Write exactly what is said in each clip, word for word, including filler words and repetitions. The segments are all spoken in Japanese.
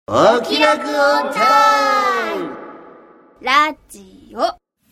お気楽オンタイムラジオ。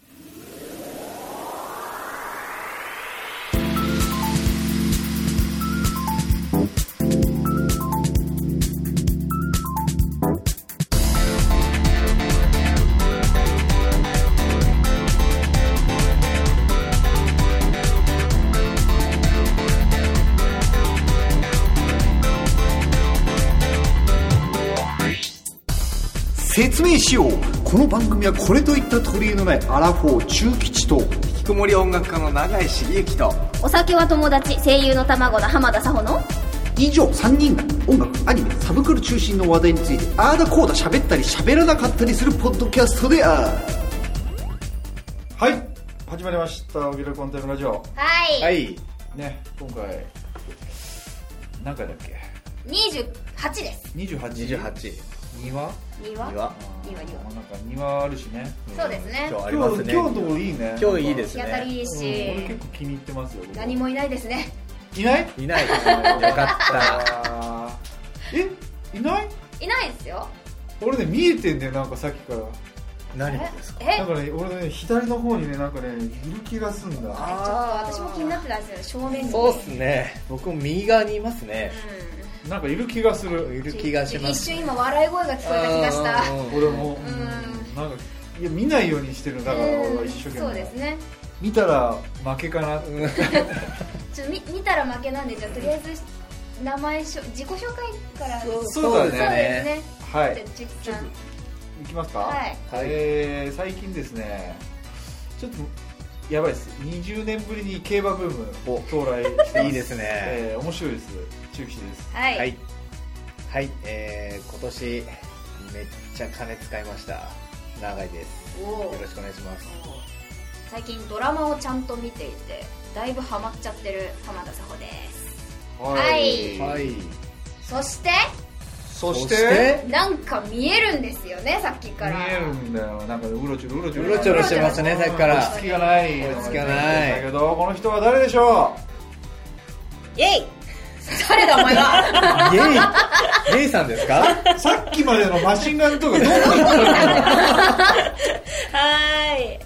説明しよう。この番組はこれといった取り柄のないアラフォー中吉と引きこもり音楽家の永井茂之とお酒は友達声優の卵の浜田紗穂の以上さんにんが音楽、アニメ、サブクル中心の話題についてあーだこうだ喋ったり喋らなかったりするポッドキャストである。 はい、始まりましたお気楽オンタイムラジオ。 はい、 はいね、今回何回だっけ。 にじゅうはちです。 にじゅうはち、にじゅうはち庭庭庭庭庭なんか庭あるしね。 そうですね。 今日ありますね。今日のところいいね。 今日いいですね。 日当たりいいし、 うん、俺結構気に入ってますよ。 何もいないですね。 いないいないよかったえいないいないですよ。 俺ね見えてんだよ、なんかさっきから何ですか。 えなんかね、俺ね左の方にねなんかねいる気がすんだ。 あちょっと私も気になってたんですよ、正面に。 そうっすね、僕も右側にいますね、 うん、なんかいる気がする。 いる気がします。 一瞬今笑い声が聞こえた気がした。 俺も、 うん、 なんかいや見ないようにしてる。だから俺は一生懸命、 そうですね、 見たら負けかなってちょっと 見, 見たら負けなんで、じゃあとりあえず名前しょ自己紹介から。 そうだね。 そうですね。 はい。 じゃあチュキさんいきますか。 はい。 えー、最近ですね、ちょっとやばいです。にじゅうねんぶりに競馬ブーム到来してますいいですね、 えー、面白いです。中吉です。 はいはい、はい、えー、今年めっちゃ金使いました永井です。 およろしくお願いします。 最近ドラマをちゃんと見ていてだいぶハマっちゃってる浜田紗穂です。はいはい、 そしてそしてなんか見えるんですよね、さっきから見えるんだよ。なんかうろちょろうろちょろうろちょろしてますね、さっきから。 落ち着きがない落ち着きがないだけど、この人は誰でしょイエイ誰だお前はゲイゲイさんですか。 う。さっきまでのマシンガンとかどこに行ったのはい、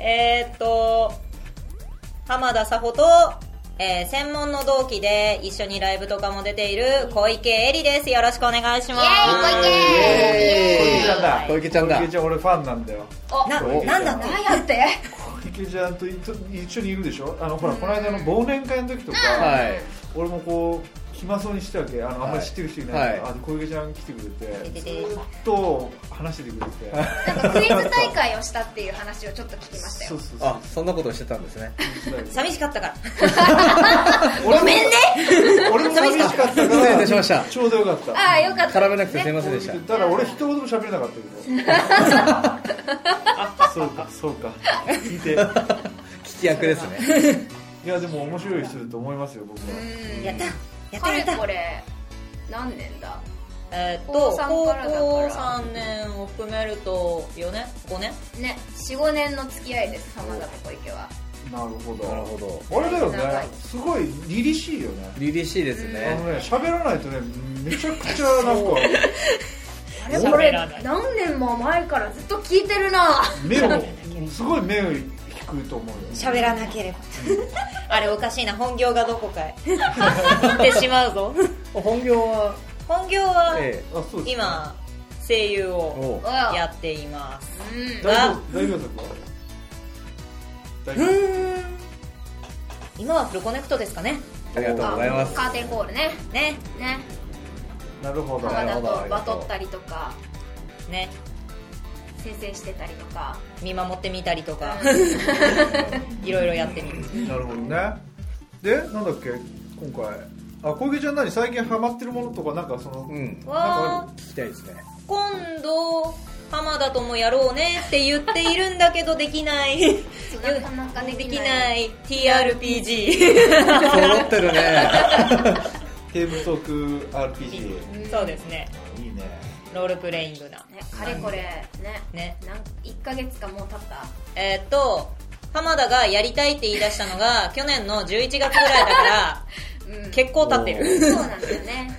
えー、っと浜田紗穂と、えー、専門の同期で一緒にライブとかも出ている小池恵里です。よろしくお願いします。 イエーイ小池小池ちゃんだ。 小池ちゃんだ。 小池ちゃん俺ファンなんだよ。 おな、 小池ちゃなんだって何やって小池ちゃんと一緒にいるでしょ。あのほら、この間の忘年会の時とか、 はい、 俺もこう暇そうにしてたわけ。あの、はい、あんまり知ってる人いないから、はい、あ小池ちゃん来てくれて、ずっと話しててくれてなんかクイズ大会をしたっていう話をちょっと聞きましたよ。 そうそうそう。 あ、そんなことをしてたんですね。 寂しかったからごめんね俺も寂しかったから失礼いたしました。 ちょうどよかった。 ああよかった、 絡めなくてすいませんでした。 だから俺一言も喋れなかったけどそうかそうか聞いて聞き役ですね。 いやでも面白い人だと思いますよ、僕は。 やったやったかれやった。 これ何年だ。 えー、っと高さん高からだから校さんねんを含めるとよねんごねんね、よん、ごねんの付き合いです、浜田と小池は。 なるほど。 なるほど。 あれだよ長いね、すごい凛々しいよね。 凛々しいですあね。 のね、喋らないとね、めちゃくちゃなんかあれこれ何年も前からずっと聞いてるな。 目をすごい目を引くと思うよ。 喋らなければあれおかしいな、本業がどこかへ行ってしまうぞ。 本業は本業は、 えあ、そうです。 今声優をおやっています。 うん大丈夫大丈夫ですか。大丈夫。 うーん今はフルコネクトですかね。 ありがとうございます。 カーテンコールね。 ねね、 なるほど。 浜田なるほどとバトったりとかね、 先生してたりとか。 見守ってみたりとかいろいろやってみる。 なるほどね。で、なんだっけ今回。あ、小池ちゃん何最近ハマってるものとかなんかその、 うん。 わ聞きたいですね。 今度浜田ともやろうねって言っているんだけどできないなかなかでできない。 きない ティーアールピージー揃ってるね。 テーブルトーク アールピージー。 そうですね、 いいね。 ロールプレイングなね、かれこれね、 ね、 なんいっかげつかもう経った。 えーっと浜田がやりたいって言い出したのが去年のじゅういちがつぐらいだから、うん、結構経ってる。 そうなんだよね。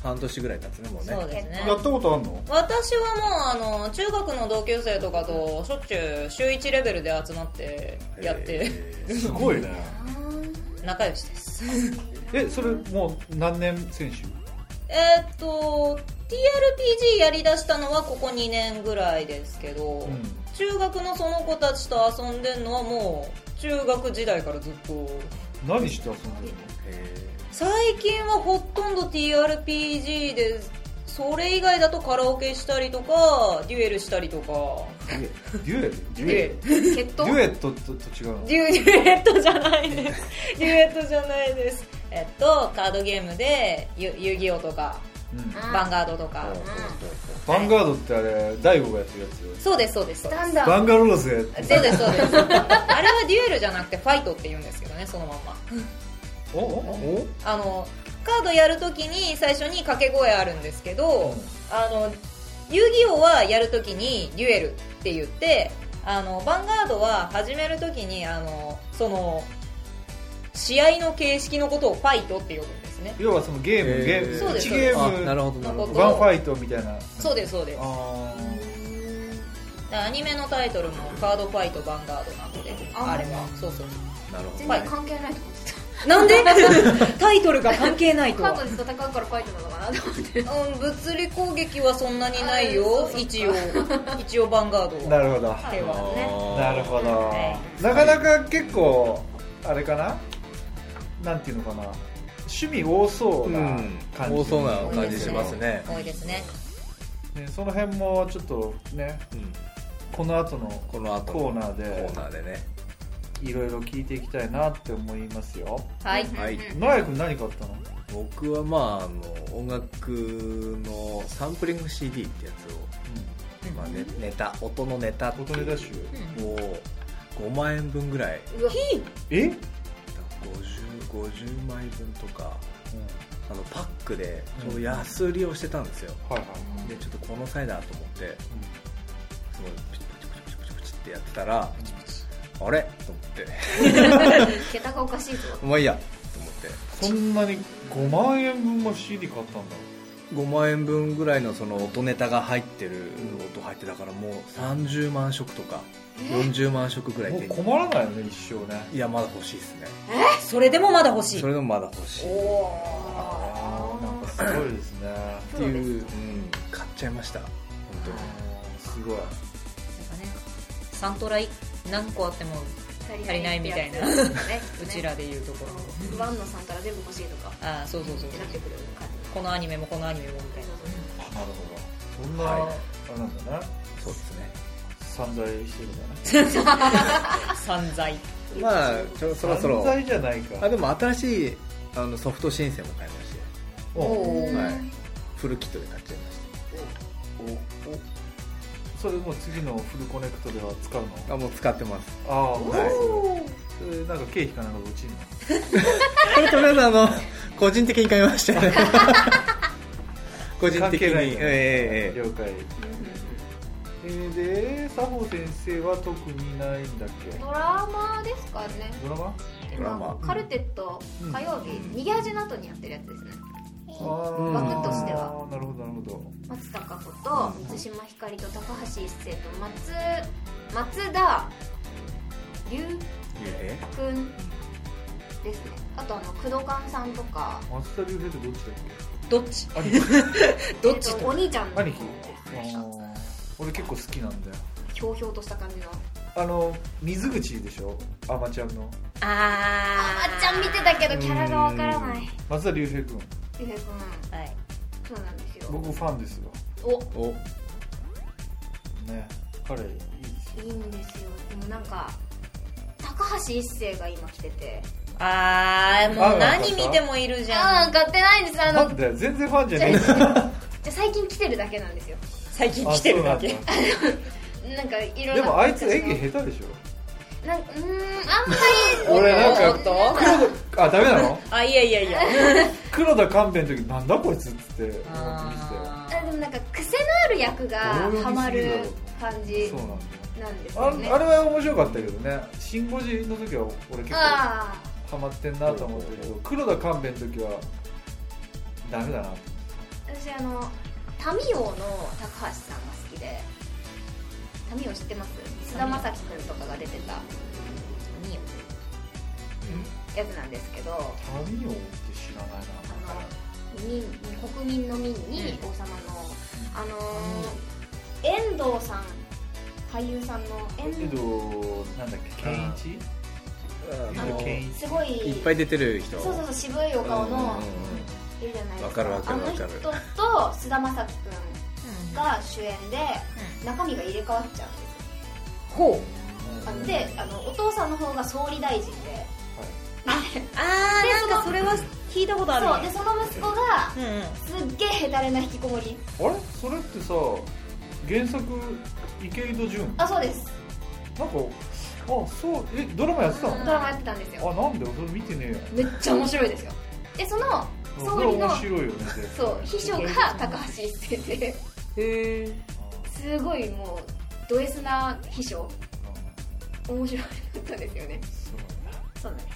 半年ぐらい経つねもうね。 そうですね。 やったことあんの？ 私はもうあの中学の同級生とかとしょっちゅう週いちレベルで集まってやってすごいね。 仲良しです。 え、それもう何年選手？ えーっと ティーアールピージー やりだしたのはここにねんぐらいですけど、うん、中学のその子たちと遊んでるのはもう中学時代からずっと。 何して遊んでるの？ 最近はほとんど ティーアールピージー で、それ以外だとカラオケしたりとかデュエルしたりとか。 デュエル？ デュエルデュエット？ デュエットと違うの？ デュデュエットじゃないです。デュエットじゃないです。えっとカードゲームで遊戯王とか、うん、ヴァンガードとか、うん、 ヴァンガードってあれ大悟がやってるやつ？ そうですそうです。 スタンダーヴァンガローゼ。 そうですそうです。あれはデュエルじゃなくてファイトって言うんですけどね、そのまんま。 おおあのカードやるときに最初に掛け声あるんですけど、うん、あの遊戯王はやるときにデュエルって言って、あのヴァンガードは始めるときにあのその試合の形式のことをファイトって呼ぶんですね。 要はそのゲーム、えー、ゲームそうですいちゲームなるほどなるほどワンファイトみたいな。 そうですそうです。 あアニメのタイトルもカードファイトヴァンガードなので、あれはそうそうなるほど。 全然関係ないと思ってた。 なんでタイトルが関係ないとは。 カードで戦うからファイトなのかなと思って、 うん、物理攻撃はそんなにないよ。一応一応ヴァンガードはなるほど手はね。 なるほど、はい、なかなか結構あれかな、なんていうのかな、趣味多そうな感じ、 うん、多そうな感じしますね。 多いですね。 ね、その辺もちょっとね、うん、この後のコーナーでコーナーでねいろいろ聞いていきたいなって思いますよ。 はい。 はい。 なやくん何買ったの？ 僕はまああの音楽のサンプリング シーディー ってやつを、うんまあね、ネタ音のネタって音ネタ集をごまんえんぶんぐらい。 うわえ？ ごじゅうまいぶんとか、うん、あのパックでちょうど安売りをしてたんですよ。 はいはい。 でちょっとこの際だと思って、うん、すごいプチプチプチプチプチプチってやってたら。あれと思って桁がおかしいぞ。 まあいいやと思って。 そんなにごまんえんぶんも シーディー 買ったんだ。 ごまんえんぶんぐらいのその音ネタが入ってる、うん、音入ってたからもうさんじゅうまんしょくとかよんじゅうまんしょくぐらいもう困らないよね一生ね。 いやまだ欲しいですね。 えそれでもまだ欲しい。 それでもまだ欲しい。 おーなんかすごいですねっていう、うん、買っちゃいました本当に。 すごい。 なんかねサントラ何個あっても足りないみたいな、ね、うちらでいうところワンのサントラ全部欲しいとか、 あそうそうそうそう、 なってくる感じ。 このアニメもこのアニメもみたいな。 なるほど。そんな、はい、あれなんだね。 そうですね。 散財してるんだね。 散財。 まあちょそろそろ。 散財じゃないか。 あでも新しいあのソフト申請も買いまして。 おお、 はい。フルキットで買っちゃいました。 おお。それもう次のフルコネクトでは使うの？ あもう使ってます。 ああ、はい。それなんか経費かなんか落ちるの？ これとりあえずあの個人的に買いましたね。個人的に。 関係ない、ね。 えー、 了解。えー、で、佐保先生は特にないんだっけ？ ドラマですかね。 ドラマ？ ドラマ。 カルテット、うん、火曜日、逃げ恥の後にやってるやつですね。 あ枠としては。 なるほどなるほど。 松たか子と満島ひかりと高橋一生と松松田龍君ですね。あとあの工藤勘さんとか。 松田龍平ってどっちだっけ？ どっち？ どっちとお兄ちゃんの兄貴。俺結構好きなんだよ。 ひょうひょうとした感じの。 あの水口でしょ、あまちゃんの。 あー、あまちゃん見てたけどキャラがわからない。 松田龍平君。 龍平君。はい。そうなんですよ。 僕ファンですよ。 お。 お。 ね、彼いいですよ。 いいんですよ。でもなんか高橋一生が今来てて。 あー、もう何見てもいるじゃん。 あー、買ってないんです。あの。 なんで全然ファンじゃない。 じゃ最近来てるだけなんですよ。 最近来てるだけ。 なんかいろいろ。 でもあいつ演技下手でしょ。 なんうーん、あんまり俺なんか黒田あダメなの？ あいやいやいや黒田官兵衛の時なんだこいつっつって見てたよ。 あでもなんか癖のある役がハマる感じなんですよね。 あ, あれは面白かったけどね。シンゴジの時は俺結構ハマってんなと思ったけど、黒田官兵衛の時はダメだな。 私あのタミオの高橋さんが好きで、タミオ知ってます？菅田将暉くんとかが出てたタミオやつなんですけど、 タミオって知らないな。 あの民国民の民に王様の、あのー、遠藤さん、俳優さんの遠けどなんだっけ、健一、 あの健一すごいいっぱい出てる人。 そうそうそう、渋いお顔のいるじゃないですか。 わかるわかるわかる。 あの人と菅田将暉くんが主演で中身が入れ替わっちゃうんですよ。 ほう。 あので、あのお父さんの方が総理大臣で、 あー、なんかそれは聞いたことある。 そうで、その息子がうんうん。 すっげえヘタレな引きこもり。 あれそれってさ、原作池井戸潤。 あ、そうです。 なんか、あ、そう、え、ドラマやってたの？ ドラマやってたんですよ。 あ、なんでそれ見てねめっちゃ面白いですよ。で、そのえよ。 総理の面白いよね。 そう秘書が高橋一生で、 へえ。 すごいもうド S な秘書、面白かったんですよね。そうなんです。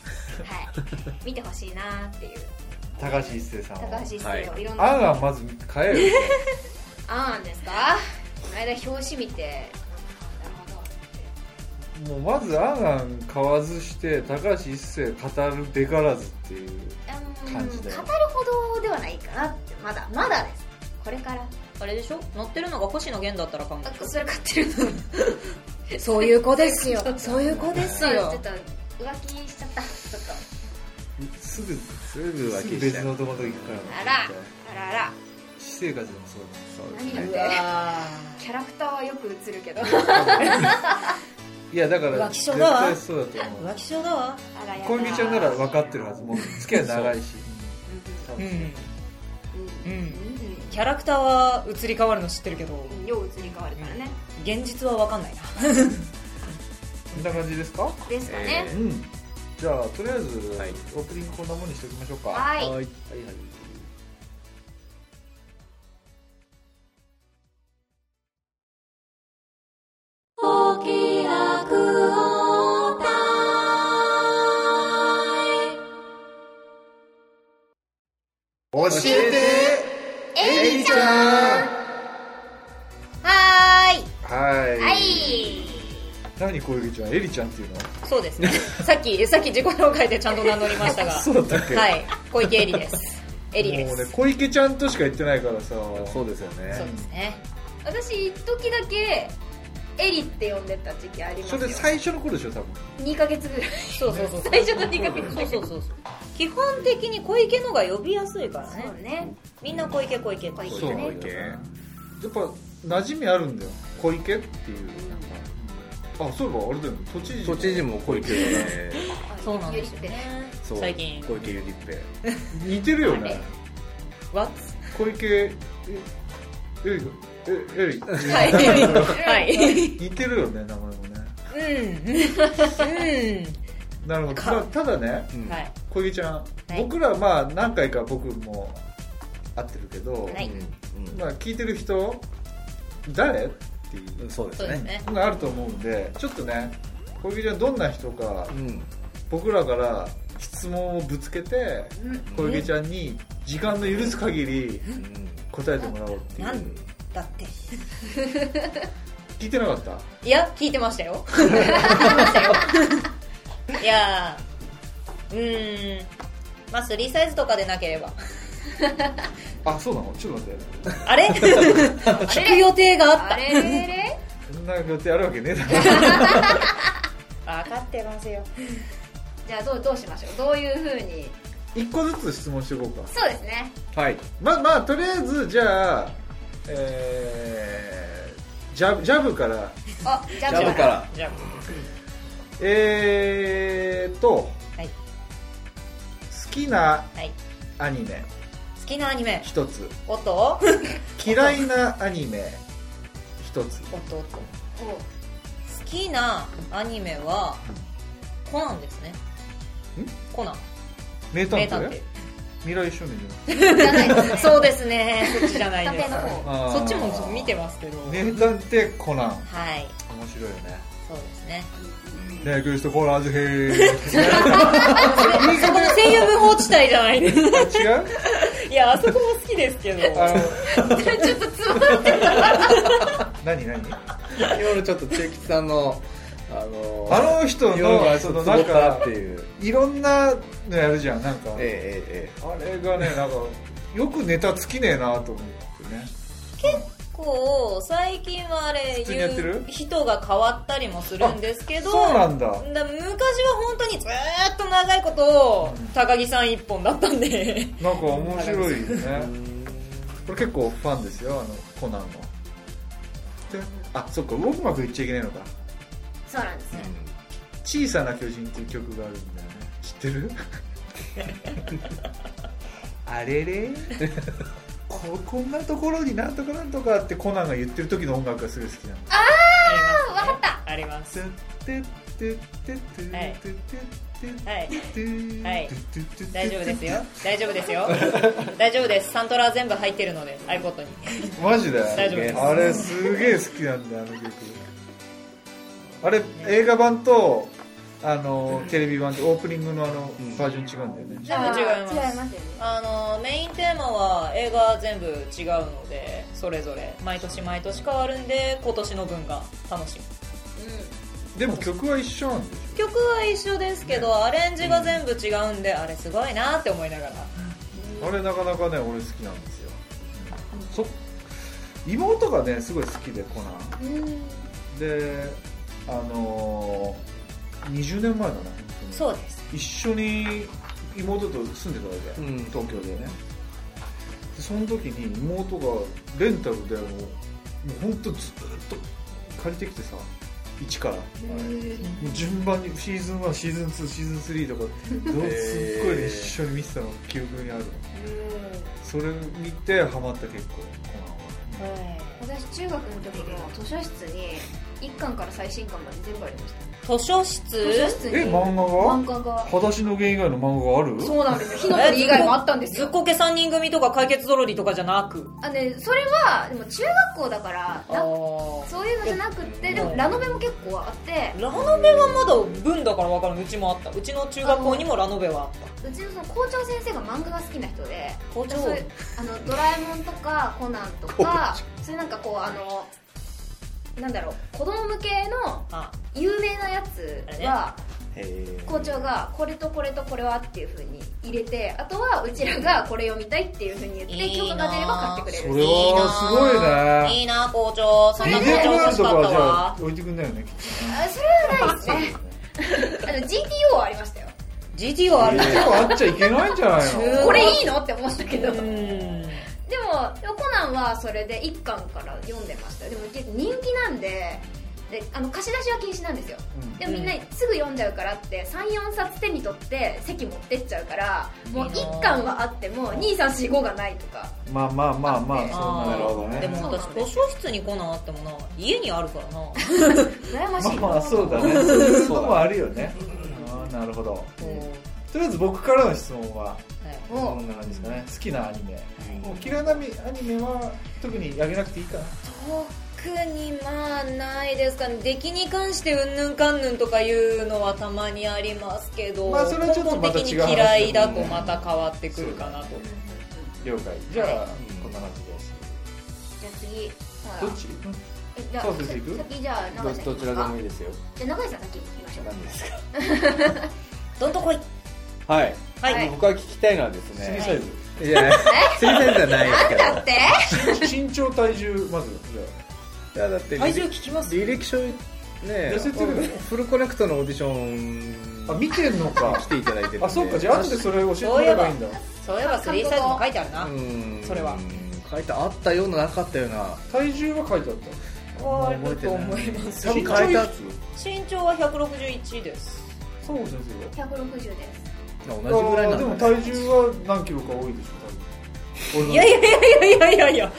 はい。見てほしいなっていう。 高橋一生さん。 高橋一生をいろんあんな。 あんまず買える。 あんですか？この間表紙見て、なるほど。 もうまずあんあん買わずして高橋一生語るべからずっていう感じで。 語るほどではないかなって、まだまだです。これから。 あれでしょ、乗ってるのが星野源だったら買うんあ、 でしょ。 それ買ってるの。 そういう子ですよ。そういう子ですよ。 ちょっと浮気しちゃった。ちょっと。 すぐすぐ浮すぐ気しちゃう。 別の男と行くから。 あらあらあら。 私生活でもそうだ。 何言ってうわキャラクターはよく映るけど。 いやだから浮気性だわ絶対そうだと思う。 浮気性だわ。 あらやだ。 小池ちゃんなら分かってるはず。もう付き合い長いし。多分うん。 うんうん。キャラクターは移り変わるの知ってるけど、 うん。よう移り変わるからね。 現実は分かんないな。 こんな感じですか？ ですかね。 えうん。じゃあとりあえずはいオープニングこんなもんにしておきましょうか。 はい。 はい。 はいはい。教えてエリちゃん。 はーい。 はい。 はい。 何小池ちゃん、エリちゃんっていうの？ そうですね。さっき、さっき自己紹介でちゃんと名乗りましたが。 そうだったっけ？ はい。小池エリです。エリです。 もうね、小池ちゃんとしか言ってないからさ。 そうですよね。 そうですね。 私一時だけエリって呼んでた時期ありますよ。 それ最初の頃でしょ、多分。 にかげつぐらい。 そうそうそう。 最初のにかげつそうそうそうそう。基本的に小池のが呼びやすいからね。 そうね。 みんな小池小池小池。 そう小池。 やっぱ馴染みあるんだよ、小池っていう。なんかあ、そういえばあれだよね、都知事都知事も小池だね。 そうなんですよね。 そう。 最近小池ゆりっぺ。 似てるよね。 What？ 小池えエリえエリはいはい似てるよね、名前もね。 うんうんなるほど。 かまあ、ただね、 うんはい小池ちゃん、 い僕らまあ何回か僕も会ってるけど、 はいうんまあ聞いてる人誰っていううん。そうですね。 そうですね。 のがあると思うんで、ちょっとね、小池ちゃんどんな人かうん。 僕らから質問をぶつけて、小池ちゃんに時間の許す限り答えてもらおうっていう。 なんだって聞いてなかった？ いや聞いてましたよ聞いてましたよいやーうーんまあスリーサイズとかでなければあ、そうなの？ちょっと待って。 あれ聞く予定があったあれれれそんな予定あるわけねえだろ。 分かってますよ。 じゃあどうどうしましょう。どういう風に。 一個ずつ質問していこうか。 そうですね。 はい。 まあまあとりあえずじゃあ、えー、ジャブジャブからあ、ジャジャブから。 じゃえーと、 はい好きなあはいアニメ好きなアニメ一つ、 おっと嫌いなアニメ一つ。 おっとおっとお好きなアニメはコナンですね。コナン名探偵？ 名探偵未来少年じゃなくてじゃないですね。 そうですねそっちじゃないです。 探偵の方。 あーそっちも見てますけど。 名探偵コナン、 はい面白いよね。 そうですね。 ネクストコナンズヘーそこの声優無法地帯じゃないですか。 違う？ いやあそこも好ききですけどあのちょっとつまってる何何今のちょっと千吉さんのあのあの人のそのなんかっていういろんなのやるじゃんなんか、 ええええあれがねなんかよくネタ尽きねえなと思ってね。 結構最近はあれ普通にやってる言う人が変わったりもするんですけど、 そうなんだ。 だ昔は本当にずーっと長いこと高木さん一本だったんでなんか面白いよね。これ結構ファンですよ、あのコナンの。であ、そっか、うまく言っちゃいけないのか。 そうなんですよ、 小さな巨人っていう曲があるんだよね。知ってる？あれれここんなところになんとかなんとかってコナンが言ってる時の音楽がすごい好きなの。 ああ分かったあります。 はいはいはい大丈夫ですよ大丈夫ですよ大丈夫です。サントラ全部入ってるので iPod に。 マジで大丈夫です。 あれすげえ好きなんだよあの曲。あれ映画版とあのテレビ版でオープニングのあのバージョン違うんだよね。 全部違います。 違いますよね。 あのメインテーマは映画全部違うのでそれぞれ毎年毎年変わるんで今年の分が楽しみ。 でも曲は一緒なんでし曲は一緒ですけどアレンジが全部違うんであれすごいなって思いながら。 ょ。あれなかなかね俺好きなんですよ。そ妹がねすごい好きでコナン。であのー、にじゅうねんまえだな。 そうです。 一緒に妹と住んでたわけ、 うん、 東京でね。でその時に妹がレンタルでもうほんとずっと借りてきてさ一から、もう順番にシーズンワンシーズンツーシーズンスリーとかすっごい、ね、一緒に見てたの記憶にある。それ見てハマった結構コナンは。 私中学の時も図書室にいっかんから最新刊まで全部ありました。 図書室図書室にえ漫画が漫画が裸足の弦以外の漫画がある？ そうなんですよ。火の鳥以外もあったんですよ。 ずっこけさんにん組とか解決ぞろりとかじゃなくあ、ね、それはでも中学校だからなあそういうのじゃなくってでもラノベも結構あってラノベはまだ文だから分かる。うちもあった。うちの中学校にもラノベはあった。 うちのその校長先生が漫画が好きな人で校長そういうあのドラえもんとかコナンとかそういうなんかこうあのなんだろう子供向けのあ有名なやつはへー校長がこれとこれとこれはっていう風に入れてあとはうちらがこれ読みたいっていう風に言っていいな許可が出れば買ってくれる。 それはすごいね。 いいな校長。そんな校ビデオ長欲しかったとかはじゃあわ。 置いてくんないよねきっあそれはないですねあの ジーティーオー はありましたよ。 ジーティーオー あると。ビデオあっちゃいけないんじゃないの？ これいいのって思ったけどうでもんでもコナンはそれでいっかんから読んでました。でも結構人気なんでであの貸し出しは禁止なんですよ、うん、でもみんなすぐ読んじゃうからって さんよんさつ手に取って席持ってっちゃうからもういっかんはあってもにさんしごがないとか。 まあまあまあまああそうなるほどね。 でも私図書室にコナンあってもな家にあるからな羨ましいな。 まあまあそうだね。そういうのもあるよね。ああなるほど。とりあえず僕からの質問はどんな感じですかね。好きなアニメ、もう嫌いなアニメは特にあげなくていいかな。 特にまあないですかね。出来に関してうんぬんかんぬんとかいうのはたまにありますけど、 まあそれはちょっとまた違う話だね。 根本的に嫌いだとまた変わってくるかなと。 了解。じゃあ、 はい、 こんな感じです。 じゃあ次どっち？ えじゃあそう先行く？ 先じゃあ永井さんどちらでもいいですよ。 じゃあ永井さん先行きましょう。 何ですか？ どんとこい。 はい、 はい、 僕が聞きたいのはですね、 スリーサイズ。 いやスリーサイズじゃないですけど、 なんだって身長体重まずいやだって体重聞きます。 履歴書ね痩せてるフルコネクトのオーディションあ見てんのか来ていただいてるんで、 あそうかじゃあ後でそれ教えてもらえばいいんだ。 そういえばスリーサイズも書いてあるな。 うんそれは書いてあったようななかったような。 体重は書いてあった。 あると思います。 多分書いてあった。 身長はひゃくろくじゅういちです。 そう先生ひゃくろくじゅうです。 同じぐらいなんだ、ね、 でも体重は何キロか多いでしょ多分。 いやいやいやいやいやいや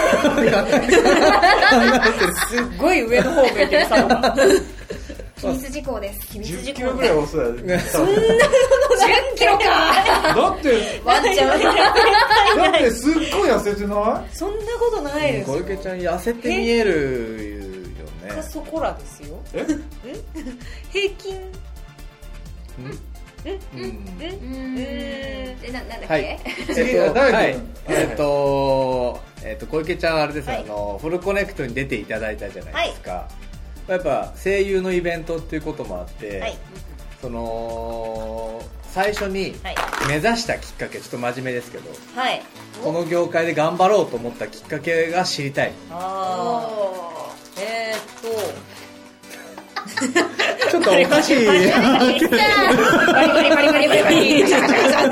すっごい上の方向いてるサバが秘密事項です。秘密じゅっ事項キロぐらい遅いよね。 そんなことじゅっキロかだってワンちゃんだってすっごい痩せてない？ そんなことないですよ。 小池ちゃん痩せて見えるよね。 そこらですよ。 え平均うんうんえななんだっけ、 はい次えっと誰はい君えっとえっと小池ちゃんはあれですね、 はいあのフルコネクトに出ていただいたじゃないですか、やっぱ声優のイベントっていうこともあって、 はいその最初にはい目指したきっかけ、ちょっと真面目ですけど、 はいこの業界で頑張ろうと思ったきっかけが知りたい。 あーえー、っとちょっとおかしいバリバリバリバリバリバリバリガシャガシャガシ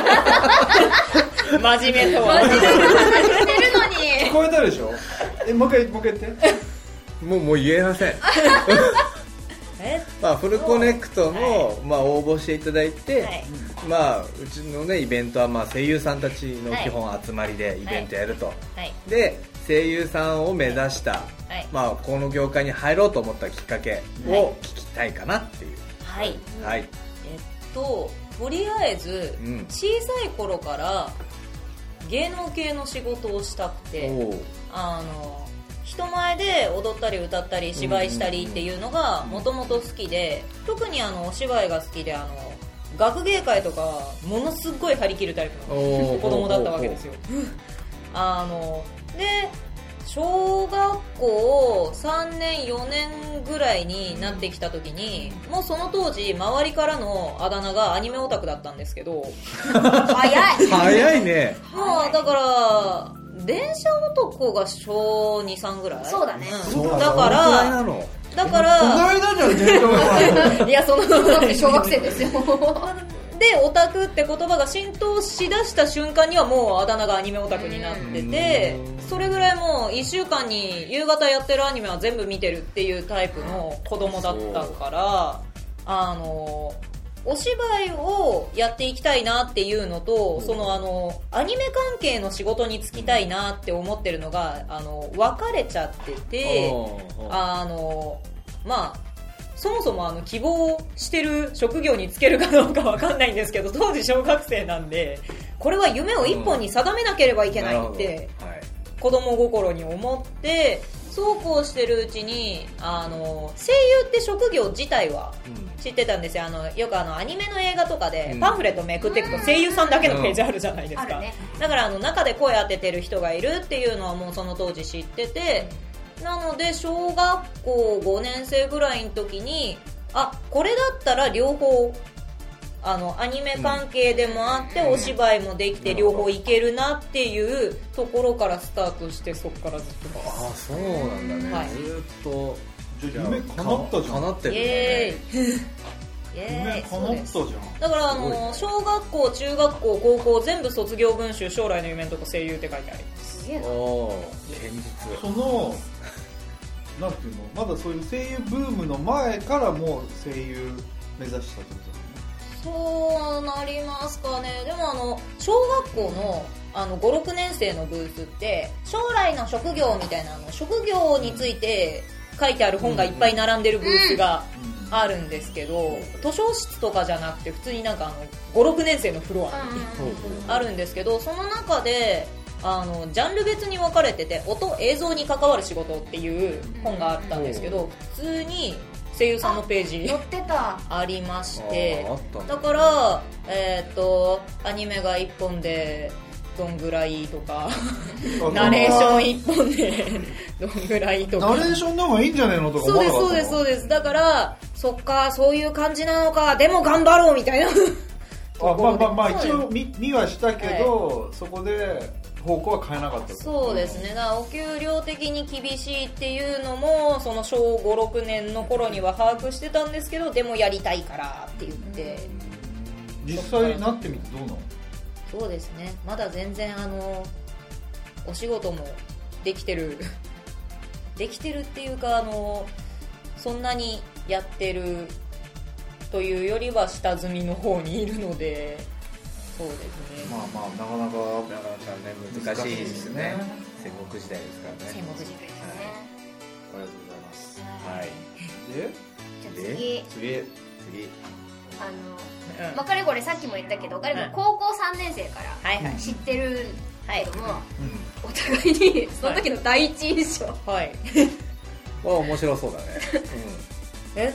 ャ真面目とはしてるのに聞こえたでしょ。えもう一回もう一回言って。 もうもう言えませんえまあ、フルコネクトの、まあ、応募していただいて、 はいまあ、うちの、ね、イベントは、まあ、声優さんたちの基本集まりでイベントやると、 はいで声優さんを目指した、 はいまあ、この業界に入ろうと思ったきっかけを聞きたいかなっていう、 はいはいえっととりあえず、 うん小さい頃から芸能系の仕事をしたくておうあの人前で踊ったり歌ったり芝居したりっていうのがもともと好きで、特にあのお芝居が好きであの学芸会とかものすごい張り切るタイプのおー子供だったわけですよ。あので小学校さんねんよねんぐらいになってきた時にもうその当時周りからのあだ名がアニメオタクだったんですけど早い早いねもうだから電車男が小に、さんぐらいそうだねんそうだかどのくらいならのだかこのら間じゃん電車がいやその小学生ですよでオタクって言葉が浸透しだした瞬間にはもうあだ名がアニメオタクになっててそれぐらいもういっしゅうかんに夕方やってるアニメは全部見てるっていうタイプの子供だったからあのお芝居をやっていきたいなっていうのとそのあのアニメ関係の仕事に就きたいなって思ってるのがあの分かれちゃっててあのまあそもそもあの希望してる職業に就けるかどうかわかんないんですけど当時小学生なんでこれは夢を一本に定めなければいけないって子供心に思ってそうこうしてるうちにあの声優って職業自体は知ってたんですよ。あのよくあのアニメの映画とかでパンフレットめくっていくと声優さんだけのページあるじゃないですか、 うんね、 だからあの中で声当ててる人がいるっていうのはもうその当時知っててなので小学校ごねん生ぐらいの時にあこれだったら両方あのアニメ関係でもあって、うん、お芝居もできて両方いけるなっていうところからスタートしてそこからずっとああそうなんだね、はい、ずっとじゃあ夢叶ったじゃん叶ってるねイエーイ夢叶ったじゃんだからあの小学校中学校高校全部卒業文集将来の夢のとこ声優って書いてありますすげえなお現実そのなんていうのまだそういう声優ブームの前からもう声優目指したってことだね。 そうなりますかね。でもあの小学校のあのご、ろくねん生のブースって将来の職業みたいなあの職業について書いてある本がいっぱい並んでるブースがあるんですけど、図書室とかじゃなくて普通になんかあのご、ろくねん生のフロアにあるんですけど、その中であのジャンル別に分かれてて音映像に関わる仕事っていう本があったんですけど、普通に声優さんのページ載ってたありましてあったんだだからえーっとアニメがいっぽんでどんぐらいとかナレーションいっぽんでどんぐらいとかナレーションの方がいいんじゃねえのとかそう思わなかったのですそうですそうですだからそっかそういう感じなのかでも頑張ろうみたいなあまあまあまあそうです一応見見はしたけど、そこで方向は変えなかった。 そうですねだからお給料的に厳しいっていうのもその小ご、ろくねんの頃には把握してたんですけどでもやりたいからって言って実際なってみてどうなの？ そうですねまだ全然あのお仕事もできてるできてるっていうかあのそんなにやってるというよりは下積みの方にいるのでそうですねまあまあなかなかなかなかね難しいですね戦国時代ですからね戦国時代ですねありがとうございます。 はいでじゃあ次次次あの、 うんまあ、かれこれさっきも言ったけどかれこれうん高校さんねん生からはいはい知ってるはいけども、お互いにその時の第一印象、 はいは面白そうだね、 え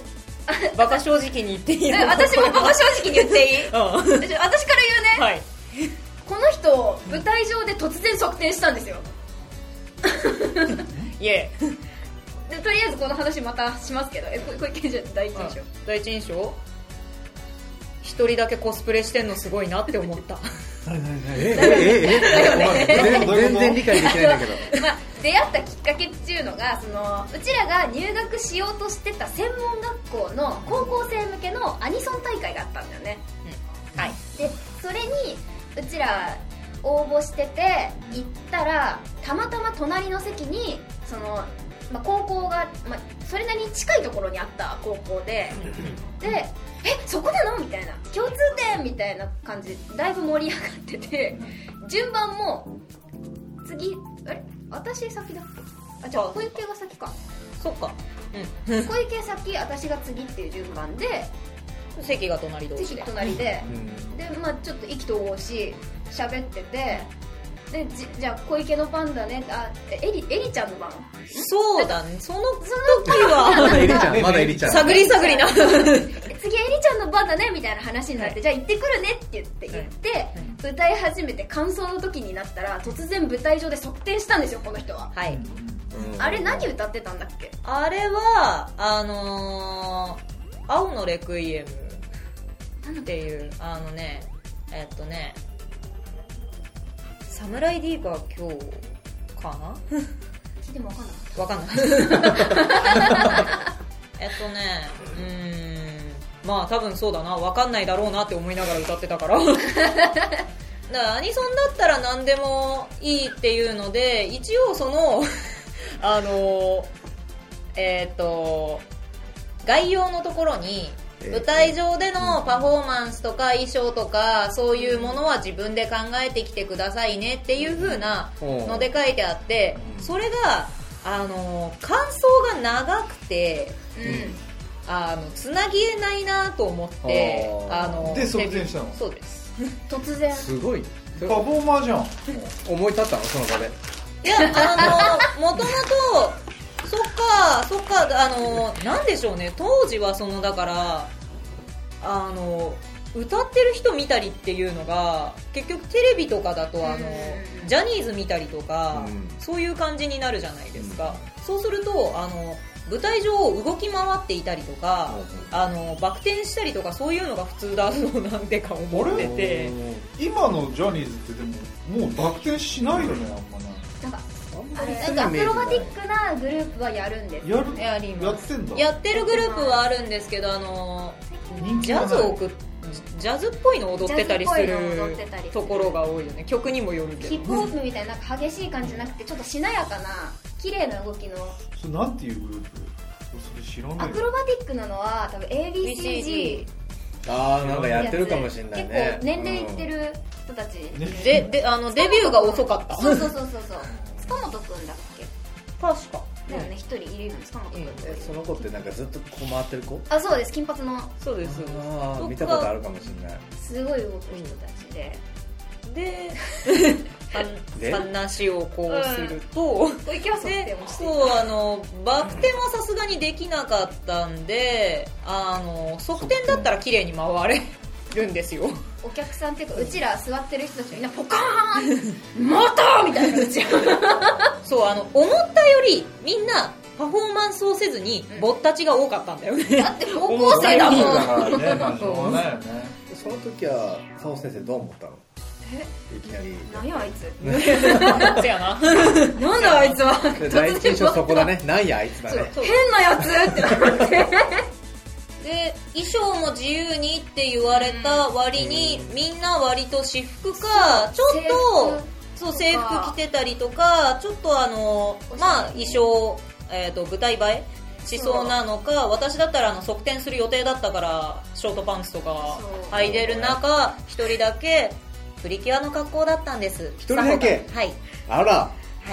バカ正直に言っていいの？ 私もバカ正直に言っていい？ うん、 私から言うね、 はい、 この人舞台上で突然側転したんですよイエーでとりあえずこの話またしますけど、え小池じゃ第一印象、 第一印象、一人だけコスプレしてんのすごいなって思ったええええ全然理解できないんだけどまあ、出会ったきっかけっていうのが、そのうちらが入学しようとしてた専門学校の高校生向けのアニソン大会があったんだよね、うん、はい。でそれにうちら応募してて行ったら、たまたま隣の席にその、まあ、高校が、まあ、それなりに近いところにあった高校でで、えそこなのみたいな、共通点みたいな感じでだいぶ盛り上がってて、順番も次あれ私先だっけ、あじゃあ小池が先か、 そっか、 うん、小池先私が次っていう順番で席が隣同士席で隣で、 うん、 でまあちょっと意気投合し喋ってて、で じ, じゃあ小池の番だね、あエリエリちゃんの番、 そうだね、その時はエリちゃんまだエリちゃん探り探りな次エリちゃんの番だねみたいな話になって、はい、じゃあ行ってくるねって言って言って、はい、歌い始めて感想の時になったら突然舞台上で側転したんですよ、この人は。 はい、 うん、あれ何歌ってたんだっけ？ あれはあのー、青のレクイエムっていうあのねえっとねサムライディーバー今日かな聞いても分かんなかった。 分かんないえっとねうーんまあ多分そうだな、分かんないだろうなって思いながら歌ってたからだからアニソンだったら何でもいいっていうので、一応そのあのえっと概要のところに舞台上でのパフォーマンスとか衣装とかそういうものは自分で考えてきてくださいねっていう風なので書いてあって、それがあの感想が長くて、うん、あのつなぎえないなと思ってあので側転したの？ そうです突然すごいパフォーマーじゃん思い立ったのその場で？ いやあのもともとそっかそっかあのなんでしょうね、当時はそのだからあの歌ってる人見たりっていうのが結局テレビとかだとあのジャニーズ見たりとか、うん、そういう感じになるじゃないですか、うん、そうするとあの舞台上を動き回っていたりとか、うん、あのバク転したりとかそういうのが普通だろうなんてか思ってて、 今のジャニーズってでももうバク転しないよね、あんまね。 なんかあれなんかアクロバティックなグループはやるんですやるやりますやってんだ。 やってるグループはあるんですけど、あのジャズを送ジャズっぽいのを踊ってたりするところが多いよね。曲にもよるけどヒップホップみたいななんか激しい感じじゃなくてちょっとしなやかな綺麗な動きの。 それなんていうグループ？それ知らない。 アクロバティックなのは多分 エービーシージー。 あーなんかやってるかもしれないね。 結構年齢いってる人たち、うん、 でであのデビューが遅かった。 そうそうそうそうそう塚本くんだっけ確かだよね、一、うん、人いるの塚本くん、うん、 えその子ってなんかずっとこう回ってる子？ あそうです、金髪の。 そうです。 あ見たことあるかもしれない。 すごい動く人たちで、 うん、で話をこうすると、 うん、小池は側転もしてそうあのバク転はさすがにできなかったんで、あの側転だったら綺麗に回れるんですよ。 お客さんっていうかうちら座ってる人たちみんなポカーンまたみたいなうちそうあの思ったよりみんなパフォーマンスをせずにぼったちが多かったんだよね、うん、 だって高校生だもんだからね、まあ、しょうがないよね。 その時は佐尾先生どう思ったの？ えいきなり何やあいつせやななんだあいつは第一印象そこだね。何やあいつだね。 変なやつってなってで衣装も自由にって言われた割に、うん、みんな割と私服かちょっとそう制服着てたりとかちょっとあのまあ衣装、えー、と舞台映えしそうなのか、私だったらあの側転する予定だったからショートパンツとか履いてる中一人だけプリキュアの格好だったんです。 一人だけ？ はい。 あら。 はい。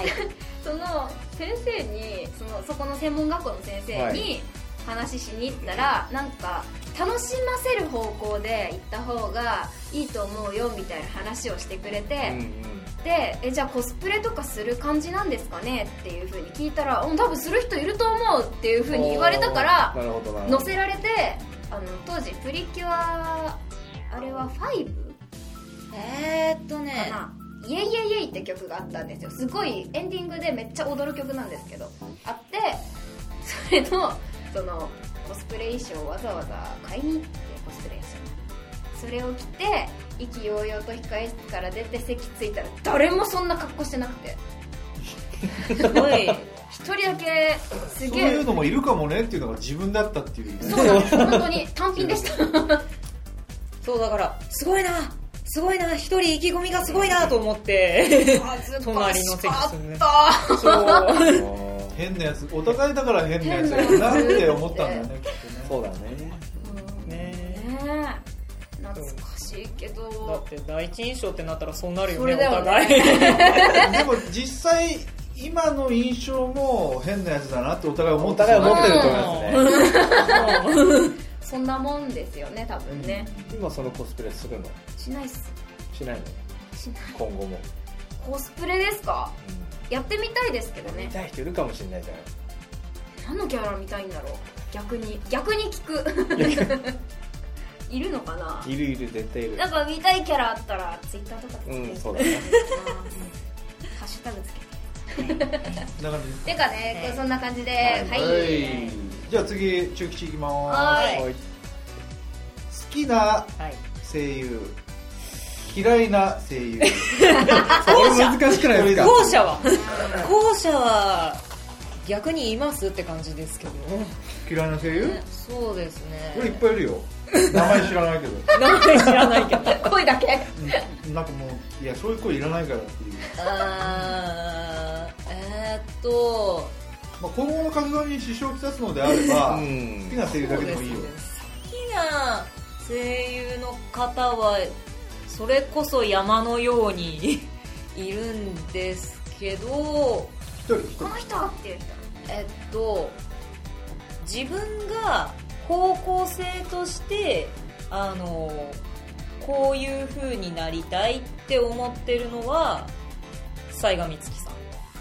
その先生にそのそこの専門学校の先生に、はい話しに行ったらなんか楽しませる方向で行った方がいいと思うよみたいな話をしてくれて、うんうん、 でえじゃあコスプレとかする感じなんですかねっていう風に聞いたら、うん、多分する人いると思うっていう風に言われたからなるほどなるほど載せられて、あの当時プリキュアあれはファイブえーっとねかな、イエイイエイイエイって曲があったんですよ。すごいエンディングでめっちゃ踊る曲なんですけどあって、それのそのコスプレ衣装をわざわざ買いに行って、コスプレ衣装それを着て意気揚々と控え室から出て席着いたら誰もそんな格好してなくてすごい一人だけすそうげえいうのもいるかもねっていうのが自分だったっていう。 そうなんです本当に単品でしたそうだからすごいなすごいな一人意気込みがすごいなと思って隣の席するねそう変なやつ、お互いだから変なやつやなって思ったんだよねきっとね。 そうだねうんねねえ懐かしいけだどって第一印象ってなったらそうなるよね、 それだよねお互いでも実際今の印象も変なやつだなってお互い思ってお互い思ってると思いますねそんなもんですよね多分ね、 今そのコスプレするのしないっすしないのしない今後も、 コスプレですか、やってみたいですけど見ね。 たい人いるかもしれないじゃない何のキャラ見たいんだろう、逆に逆に聞くいるのかな。 いるいる絶対いる。 なんか見たいキャラあったらツイッターとかつけて、 うんそうだねハッシュタグつけてだからねてかね、 ねそんな感じで、 はいはい、 はいじゃあ次中吉いきまはーす。 はい好きなはい声優、嫌いな声優。 これ難しくないですか。 後者は後者は逆にいますって感じですけど嫌いな声優？ そうですねこれいっぱいいるよ。名前知らないけど。 名前知らないけど声だけうんなんかもういやそういう声いらないからっていう。 あーえー、っとまあ今後の活動に支障をきたすのであれば、好うんきな声優だけでもいいよ。 そうですね好きな声優の方はそれこそ山のようにいるんですけど、 一人一人この人っていう人、 えっと自分が高校生としてあのこういう風になりたいって思ってるのは雑賀美月さ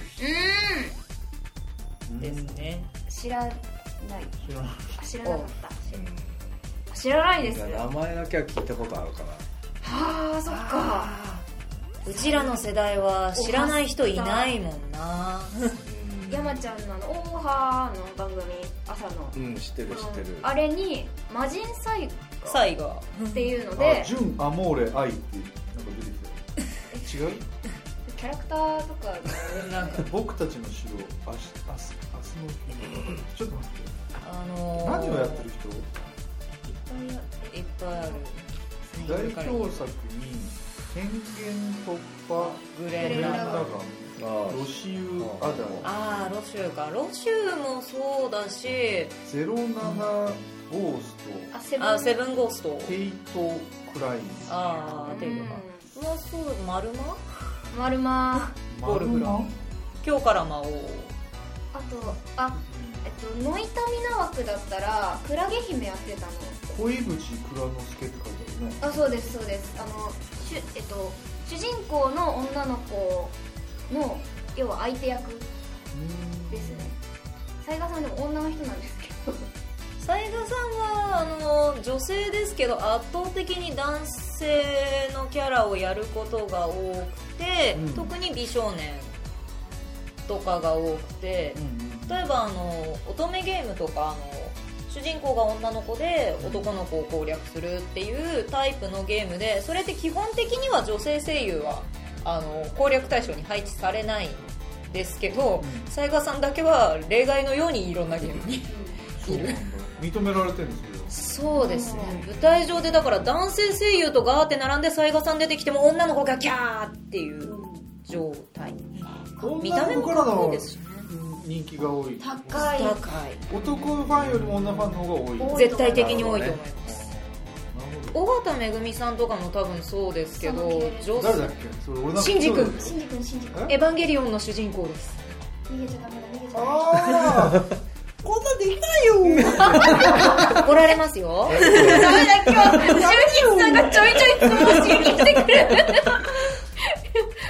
うんんですね。 知らない知らない。 あ知らなかった知らないです名前だけは聞いたことあるかな。 はあそっかうちらの世代は知らない人いないもんな。 山ちゃんのあのオーハーの番組朝の、 うん知ってる知ってる。 あれに魔人祭雑賀っていうのあで純アモーレ愛っていうなんか出てきたよ。違う？ キャラクターとかがなんか僕たちの城明日明日明日の日。ちょっと待って。 あのー、 何をやってる人？ いっぱいある代表作に変幻突破、 グレンラガングレンラガン、 あロシウアダム、 ああロシューかロシューもそうだしゼロナナゴースあセブンあセブンゴーストト、テイトクライン、 ああテイトかもうそうマルママルマゴルフラン今日から魔王あとあえっとノイタミナ枠だったらクラゲ姫やってたの恋淵蔵之介って書いてあるね。 あそうですそうですあのしゅ、えっと、主人公の女の子の要は相手役ですね。雑賀さんでも女の人なんですけど雑賀さんはあの女性ですけど圧倒的に男性のキャラをやることが多くて、 うん特に美少年とかが多くて、例えばあの乙女ゲームとかあの主人公が女の子で男の子を攻略するっていうタイプのゲームで、それって基本的には女性声優はあの攻略対象に配置されないんですけど、雑賀さんだけは例外のようにいろんなゲームにいる。 認められてるんですけど。 そうですね、舞台上でだから男性声優とガーって並んで雑賀さん出てきても女の子がキャーっていう状態、見た目もかっこいいですしね、 人気が多い。 高い高い男ファンよりも女ファンの方が多い。 絶対的に多いと思います尾形めぐみさんとかも多分そうですけど、女誰だっけ？それ俺なんかシンジ君シンジ君シンジ君エヴァンゲリオンの主人公です。 逃げちゃダメだ逃げちゃダメああ。こんなできないよ。 怒られますよだダメだ今日中吉さんがちょいちょい質問しに来てくるやだ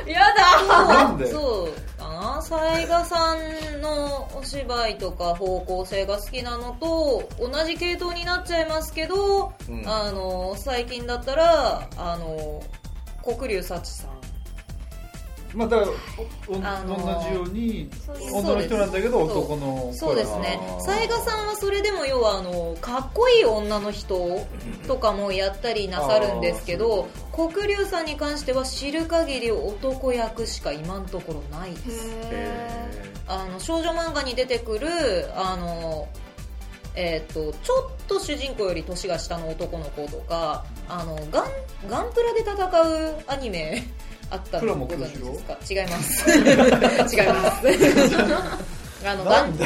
なんでそうかな、雑賀さんのお芝居とか方向性が好きなのと同じ系統になっちゃいますけど、うん、あの最近だったらあの黒龍幸さん、 まあ、だからあの同じように女の人なんだけど男のそうですね。雑賀さんはそれでも要はあのかっこいい女の人とかもやったりなさるんですけど、黒龍さんに関しては知る限り男役しか今のところないです。あの少女漫画に出てくるあの、えー、とちょっと主人公より年が下の男の子とか、あのガン、ガンプラで戦うアニメあったのご存知ですか？違います違いますあのガン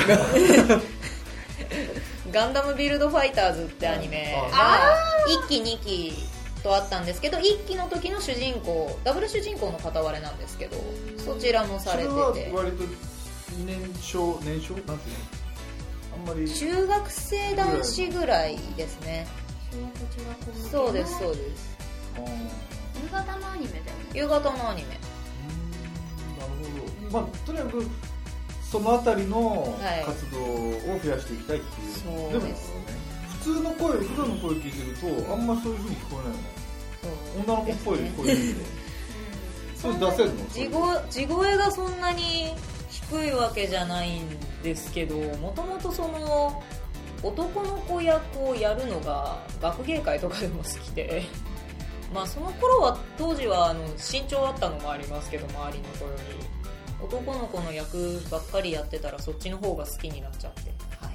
ガンダムビルドファイターズってアニメがいっきにきとあったんですけど、いっきの時の主人公ダブル主人公の片割れなんですけど、そちらもされてて、それは割と年少年少なんていうの、あんまり中学生男子ぐらいですね。そうですそうです。 夕方のアニメだよね。 夕方のアニメ。 うーん、なるほど。まあとにかくそのあたりの活動を増やしていきたいっていう。はい、でも普通の声、普段の声聞いてるとあんまそういう風に聞こえないよね。女の子っぽい声で。それ出せるの？ 地声、地声がそんなに低いわけじゃないんですけど、もともとその男の子役をやるのが学芸会とかでも好きで。まあその頃は当時はあの身長あったのもありますけど、周りの子より男の子の役ばっかりやってたらそっちの方が好きになっちゃって、はい、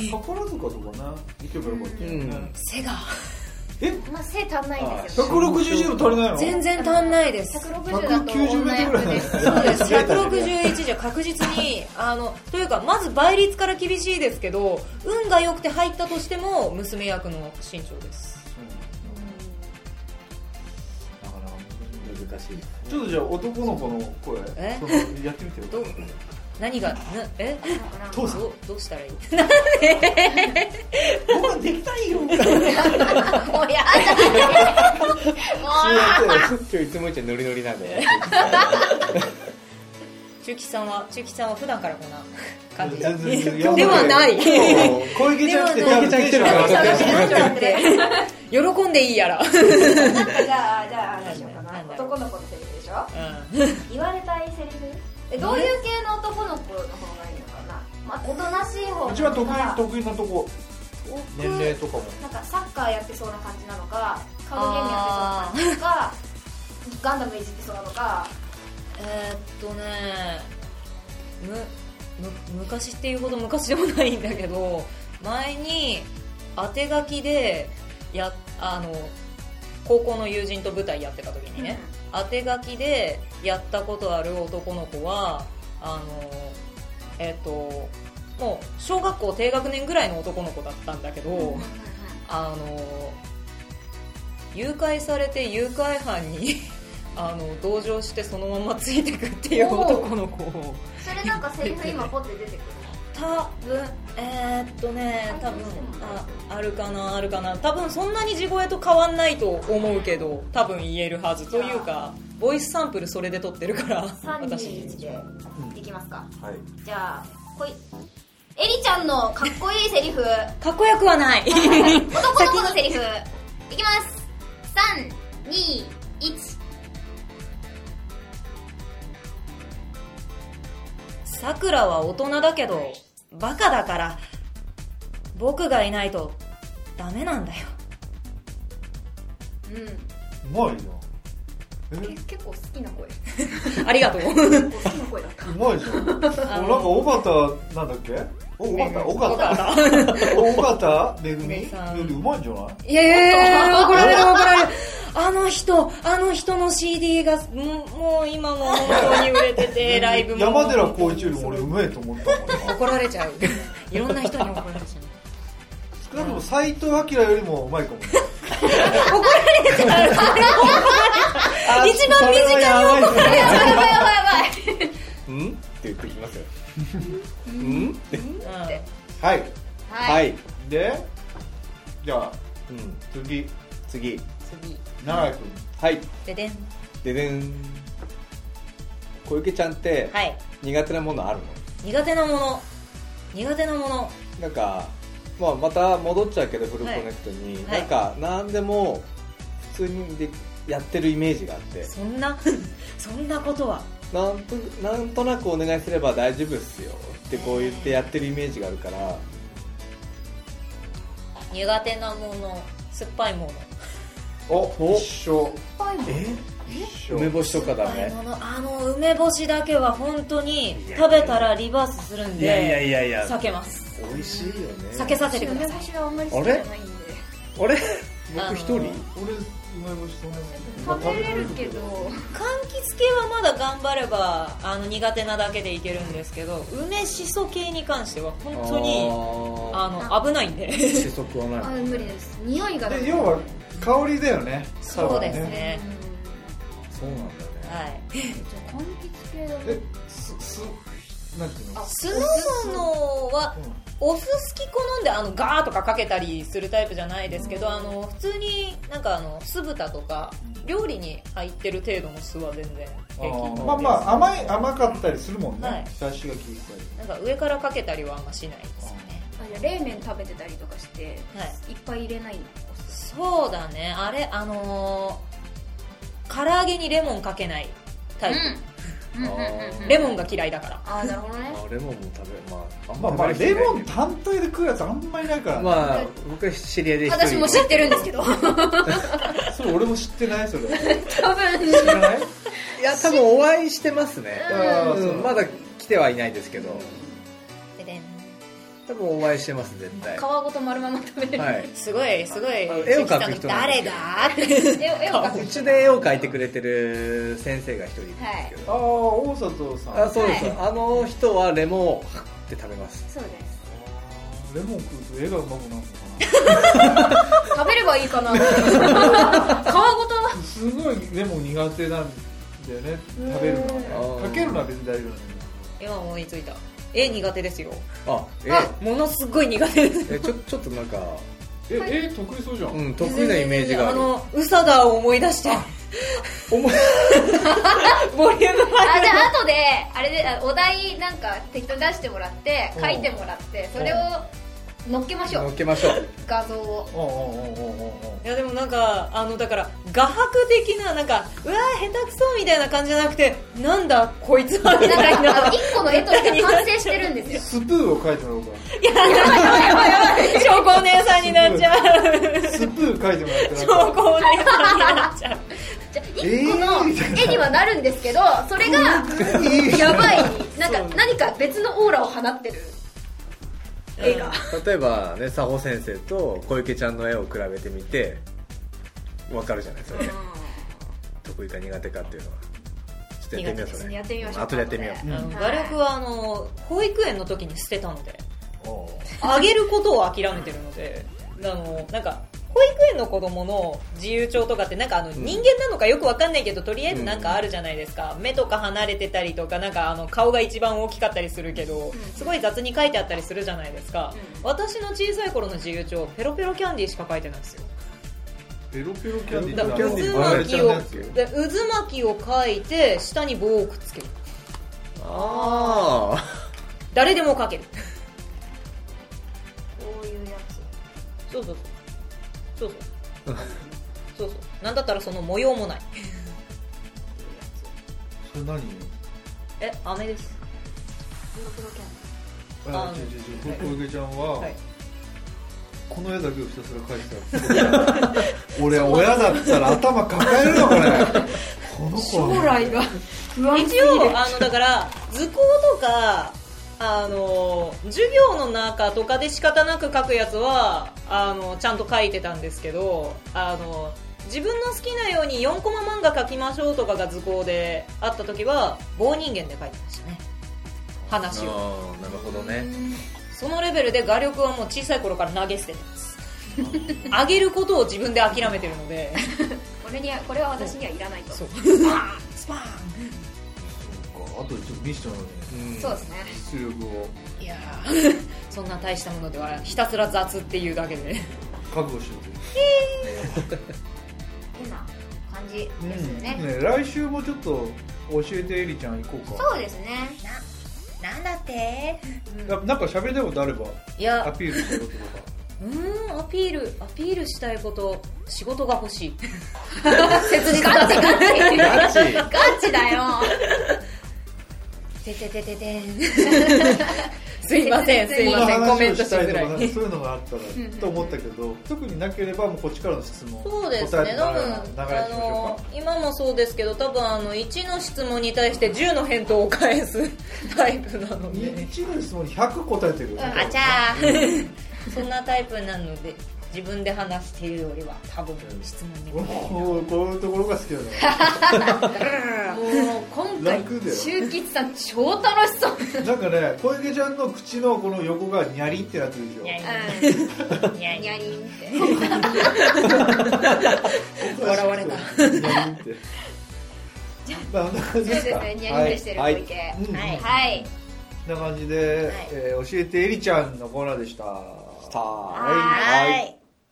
宝塚とかな行けばよかったよね、うん、 背がえ、まあ、背足んないんですよ。 ひゃくろくじゅういち度足りないの？ 全然足んないです。 ひゃくろくじゅうだとひゃくきゅうじゅうメートルぐらいです。 そうです。ひゃくろくじゅういちじゃ確実にあのというかまず倍率から厳しいですけど、運が良くて入ったとしても娘役の身長です。 難しい。 ちょっとじゃあ男の子の声えそのやってみてよ。 ど何がなえどうどどうしたらいい？ なんで？僕はできたいよ。もうやだ。もう今日いつも以上ノリノリなんで。 中吉さんは中吉さんは普段からこんな感じ全然ではない。 小池ちゃん来て小池ちゃん来てるから喜んでいいやら。 なんかじゃあじゃあ何しようかな。男の子のセリフでしょ。うん、言われたいセリフ。えどういう系の男の子の方がいいのかな。まあおとなしい方。 一番得意得意なとこ。年齢とかも。 なんかサッカーやってそうな感じなのか、カードゲームやってそうな感じなのか、ガンダムいじってそうなのか。 えー、っとねむむ昔っていうほど昔でもないんだけど、前に当て書きでやあの高校の友人と舞台やってた時にね、うん、当て書きでやったことある男の子はあのえっ、ー、ともう小学校低学年ぐらいの男の子だったんだけど、うん、あの誘拐されて誘拐犯にあの同情してそのままついてくっていう男の子を。 それなんかセリフ今ポッて出てくるの？多分えー、っとね多分ああるかなあるかな多分そんなに地声と変わんないと思うけど多分言えるはずというかボイスサンプルそれで撮ってるからさんにんいちでいきますか、 はい、 じゃあこいエリちゃんのかっこいいセリフかっこよくはない男の子のセリフいきます。さんにいち。 さくらは大人だけどバカだから僕がいないとダメなんだよ。 うんうまいじゃん。 え結構好きな声ありがとう結構好きな声だったうまいじゃん。なんか尾形なんだっけ尾形尾形尾形めぐみよりうまいんじゃない？ いやいやいや怒られる怒られるあの人あの人の シーディー がもう今も本当に売れててライブも山寺宏一よりも俺うめえと思ったもん。 怒られちゃういろんな人に怒られちゃう。 少なくとも斎藤明よりもうまいかもね怒られちゃう一番身近に怒られちゃう。やばいやばいやばいうんって言ってきますようんって、うん、 はいはい、 はい、 でじゃあ、 うん、 次次次長井君はいででんででん小池ちゃんってはい苦手なものあるの？ 苦手なもの苦手なものなんか、まあ、また戻っちゃうけどフルコネクトに、 はいなんか何でも普通にでやってるイメージがあって、 そんなそんなことはなんとなんとなくお願いすれば大丈夫っすよってこう言ってやってるイメージがあるから、 苦手なもの酸っぱいものお一緒え一緒梅干しとかダ酸っぱいメ？ ものあの梅干しだけは本当にいや食べたらリバースするんいやいやいでやいや避けます美味しいよね。 避けさせてくだ梅さい干しはあんまり好きじゃないんであれあの僕一人？ 俺梅干しそんな食べれるけど柑橘系はまだ頑張ればあの苦手なだけでいけるんですけど梅しそ系に関しては本当にあの危ないんでしそ食わないあ無理です匂いがで要は香りだよねそうです多分ねそうなんだよね。 はいじゃあ柑橘系だえねすすなんていうの酢の物はお酢好き好んであのガーとかかけたりするタイプじゃないですけどあの普通になんかあの酢豚とか料理に入ってる程度の酢は全然平気です。 まあまあ甘い甘かったりするもんね、 はい出汁が効いてたりなんか上からかけたりはあんましないですね。 あじゃあ冷麺食べてたりとかして、 はいいっぱい入れないそうだねあれあのー、唐揚げにレモンかけないタイプ、 うんうんうんうんレモンが嫌いだからあなるほどねあレモンも食べまああんまあまあ食べる人いないレモン単体で食うやつあんまりないから、ねまあ僕は知り合いで一人私も知ってるんですけどそれ俺も知ってないそれ多分知らないいや多分お会いしてますね、 あーうんそうまだ来てはいないですけどででん多分お会いしてます絶対。 皮ごと丸まま食べれる、 はいすごいすごいあの絵を描く人なんです誰よだって絵を絵を描くうちで絵を描いてくれてる先生が一人いるんですけああど、 大里さんあそうです、 はいあの人はレモンをハッて食べます。 そうですレモン食うと絵がうまくなるのかな食べればいいかな皮ごとすごいレモン苦手なんだよね食べるのはねかけるのは別に大丈夫なんだ今思いついた絵苦手ですよあえあものすごい苦手ですえちょちょっとなんかけどえ、え得意そうじゃん、 うん得意なイメージがある。 あのウサダを思い出して思いボリュームあじゃあ後であれであお題なんか適当に出してもらって書いてもらってそれを乗っけましょ乗うっけましょう。 画像をおうおうおうおうおういやでもなんかあのだから画伯的ななんかうわー下手くそみたいな感じじゃなくてなんだこいつはみたいなんなかあの一個の絵として完成してるんですよスプーを描いてもらおうか証拠お姉さんになっちゃうスプー描いてもらって証なんか拠お姉さんになっちゃうじゃあ一個の絵にはなるんですけどそれがやばいなんか何か別のオーラを放ってる絵が例えばね佐保先生と小池ちゃんの絵を比べてみて分かるじゃないですか、ね、得意か苦手かっていうのはちょっとやってみようそれ。 やってみましょう後でやってみよう。 あのはい画力はあの保育園の時に捨てたのであげることを諦めてるのであのなんか保育園の子供の自由帳とかってなんかあの人間なのかよくわかんないけどとりあえずなんかあるじゃないですか、目とか離れてたりとかなんかあの顔が一番大きかったりするけどすごい雑に書いてあったりするじゃないですか、私の小さい頃の自由帳ペロペロキャンディーしか書いてないんですよ。 ペロペロキャンディだーから渦巻きをで渦巻きを書いて下に棒をくっつける。 ああ誰でも書ける。 こういうやつそうそうそうそうそうそうそうなんだったらその模様もない。 それ何え飴です。 ペロペロキャンああ違う違う違う小池ちゃんは、 はいこの絵だけをひたすら描いてた俺親だったら頭抱えるよこれこの子は将来が不安すぎ一る応あのだから図工とかあの授業の中とかで仕方なく書くやつはあのちゃんと書いてたんですけどあの自分の好きなようによんコマ漫画描きましょうとかが図工であった時は棒人間で書いてましたね話を。 あなるほどね。 そのレベルで画力はもう小さい頃から投げ捨ててますあげることを自分で諦めてるのでこれにはこれは私にはいらないとそうスパーンスパーンあとちょっとミッションのねうんそうですね出力をいやーそんな大したものではひたすら雑っていうだけで覚悟しよう変な感じですよね、 ね来週もちょっと教えてエリちゃん行こうか。 そうですね。 な、なんだってななんか喋りたいことあればいやアピールしたいこととか。 うーんアピールアピールしたいこと、仕事が欲しい切実ガチガチガチガチだよ。 てててててんすいませんすいませんコメントしづらい。 そういうのがあったらと思ったけど、特になければもうこっちからの質問そうですね、 答えても多分らう流れにしましょうあの今もそうですけど、多分あのいちの質問に対してじゅうの返答を返すタイプなのか。 でいちの質問にひゃく答えてるよね。 あちゃーそんなタイプなので、自分で話しているよりは多分質問に答えこうこういうところが好きだね。 もう今回楽だよ周吉さん超楽しそう。 なんかね、小池ちゃんの口のこの横がニャリってなってるでしょ。 ニャうんニャニャリンって笑われた。 ニャリンって。まあ、こんな感そうじですか。 ですね、ニャリンとしてるはい小池。はい、 うんはい、 こんな感じで、えー教えてエリちゃんのコーナーでした。 スターはい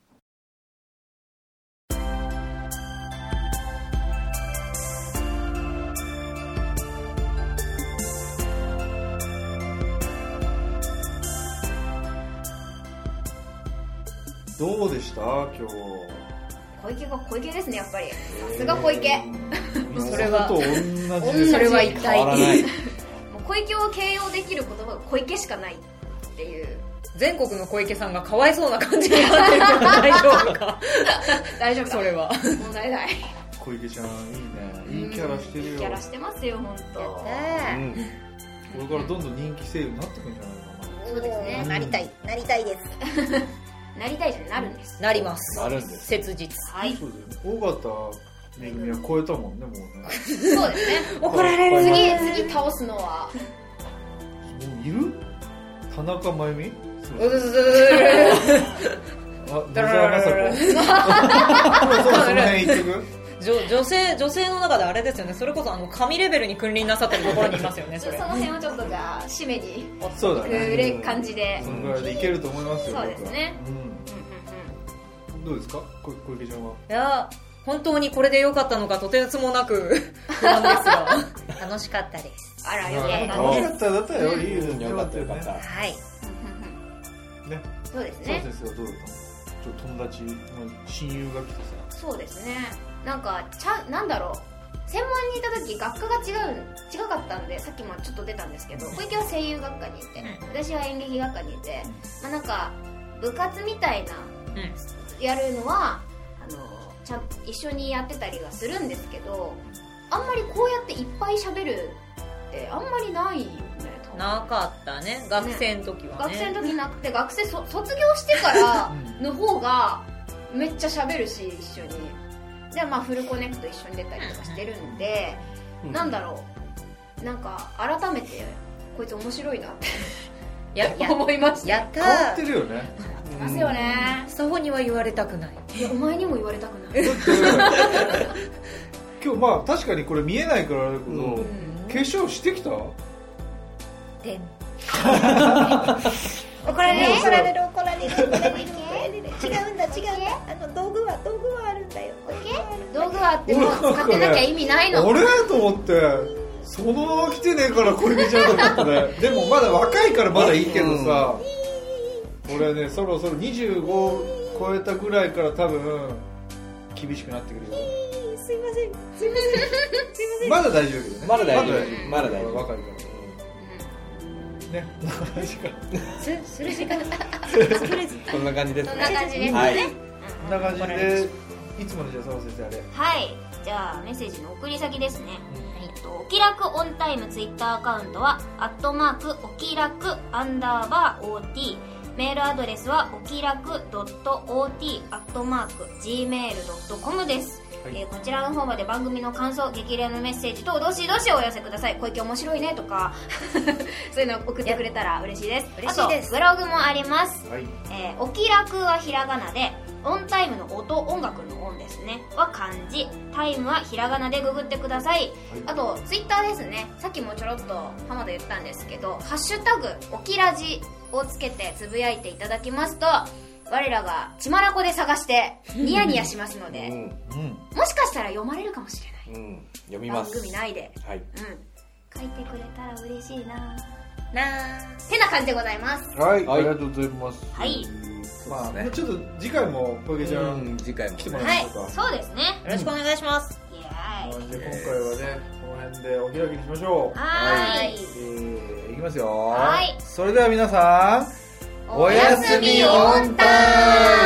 どうでした今日。 小池が小池ですね、やっぱり。さすが小池。 それはと同じです。 それは一変わらないもう小池を形容できる言葉が小池しかないっていう。 全国の小池さんがかわいそうな感じになってるけど大丈夫か大丈夫だ。 それは問題ない。 小池ちゃんいいね。いいキャラしてるよ。 いいキャラしてますよ、本当。 これからどんどん人気声優になってくるんじゃないかな。 そうですね。 なりたいなりたいですなりたいじゃなるんです。 なりますなるんです。 切実はい。 そうだよね。尾形めぐみは超えたもんね、もうね。 そうですね。 怒られる次、次倒すのは、 もういる田中真由美うずずずあ、野沢雅子そうその辺言ってく女女性女性の中であれですよね、それこそあの神レベルに君臨なさってるところにいますよねそれその辺をちょっとじゃあ、締めに、 そうだね。 くれ感じで。 そのぐらいでいけると思いますよ。 そうですね僕はうん。どうですか小小池ちゃんは。 いや本当にこれで良かったのかとてつもなく不安ですが楽しかったですあら、よかった楽しね。 かっただったよ。いいよ。 うんよかったよかった。 はいね。 そうですね澤先。生はどうだったの？ちょっと友達の親友が来てさ。 そうですね。なんか、ちゃ、なんだろう。専門にいた時学科が違う、違かったんで、さっきもちょっと出たんですけど、小池は声優学科にいて、私は演劇学科にいて、まあなんか、部活みたいな、やるのは、あの、ちゃんと一緒にやってたりはするんですけど、あんまりこうやっていっぱい喋るってあんまりないよね、多分なかったね学生の時はね学生の時なくて、学生そ卒業してからの方がめっちゃ喋るし、一緒に。で、まあフルコネクト一緒に出たりとかしてるんで、なんだろう、なんか改めてこいつ面白いなってやや思いました。 やった変わってーるよね。 いますよね。 スタホには言われたくないいや、お前にも言われたくない。 今日まあ確かにこれ見えないからあれだけど、 うん化粧してきた？ でん怒られる怒られる怒られる怒られる違うんだ違うんだあの道具は道具はあるんだよ道具はあっても使ってなきゃ意味ないの。 あれと思ってそのまま来てねえからこれ見ちゃうと思ってね。でもまだ若いからまだいいけどさ、俺ねそろそろにじゅうご超えたぐらいから多分厳しくなってくるよ。 すいませんすいませんすいませんまだ大丈夫よね。 まだ大丈夫ままだ大丈夫若いからね。話がすする時間こんな感じですね。 そんな感じですね。 はい。 こんな感じでいつものじゃあ澤先生あれ。 はい。じゃあ、メッセージの送り先ですね。えっと、お気楽オンタイムツイッターアカウントは、アットマーク、お気楽アンダーバー オーティー。メールアドレスは、お気楽 .ot アットマーク、ジーメールドットコム です。 はいえーこちらの方まで番組の感想、激励のメッセージ等どしどしお寄せください。小池面白いねとかそういうの送ってくれたら嬉しいです。 嬉しいですあとブログもあります。 はい。 えーお気楽はひらがなで、オンタイムの音、音楽の音ですねは漢字、タイムはひらがなでググってください。あとツイッターですね。さっきもちょろっと浜田言ったんですけど、ハッシュタグおきらじをつけてつぶやいていただきますと、我らが血まらこで探してニヤニヤしますので、 うん。 うん。 もしかしたら読まれるかもしれない。 うん、読みます。 番組内で、 はい、 うん、書いてくれたら嬉しいななてな感じでございます。 はい、 はい、 ありがとうございます。 はい、 まあ、ね、ちょっと次回も小池ちゃん、 うん、次回も来てもらいましょうか。 はい、そうですね。 よろしくお願いします。 イエじゃあーイ。 今回はね、この辺でお開きにしましょう。 はーい。 えー、いきますよ。 はい。 それでは皆さん、 おやすみオンタイム。